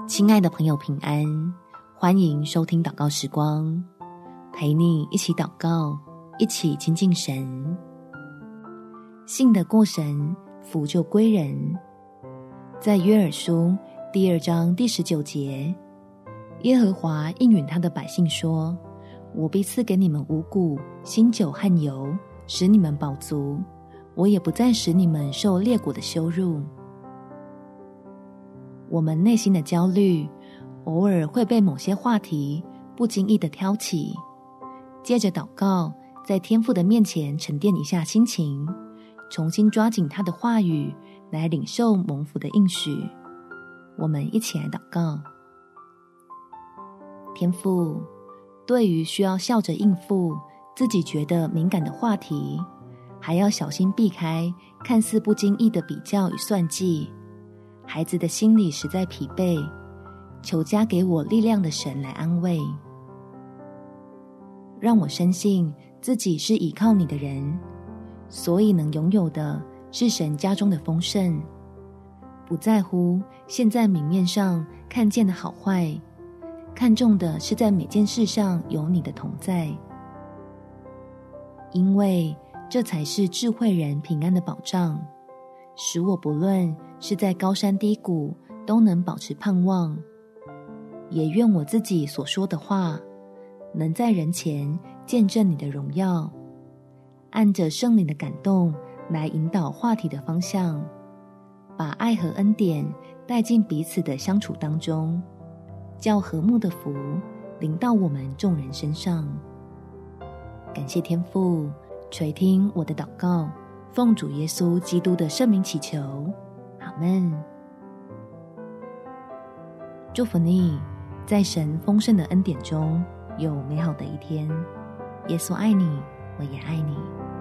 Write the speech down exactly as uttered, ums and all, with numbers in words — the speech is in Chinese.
亲爱的朋友平安，欢迎收听祷告时光，陪你一起祷告，一起亲近神。信得过神，福就归人。在约珥书第二章第十九节，耶和华应允他的百姓说，我必赐给你们五谷、新酒和油，使你们饱足，我也不再使你们受列国的羞辱。我们内心的焦虑，偶尔会被某些话题不经意地挑起，借着祷告，在天父的面前沉淀一下心情，重新抓紧他的话语，来领受蒙福的应许。我们一起来祷告。天父，对于需要笑着应付自己觉得敏感的话题，还要小心避开看似不经意的比较与算计，孩子的心里实在疲惫，求加给我力量的神来安慰，让我深信自己是倚靠你的人，所以能拥有的是神家中的丰盛，不在乎现在明面上看见的好坏，看重的是在每件事上有你的同在，因为这才是智慧人平安的保障，使我不论是在高山低谷都能保持盼望。也愿我自己所说的话，能在人前见证你的荣耀，按着圣灵的感动来引导话题的方向，把爱和恩典带进彼此的相处当中，叫和睦的福临到我们众人身上。感谢天父垂听我的祷告，奉主耶稣基督的圣名祈求，阿们。祝福你在神丰盛的恩典中有美好的一天。耶稣爱你，我也爱你。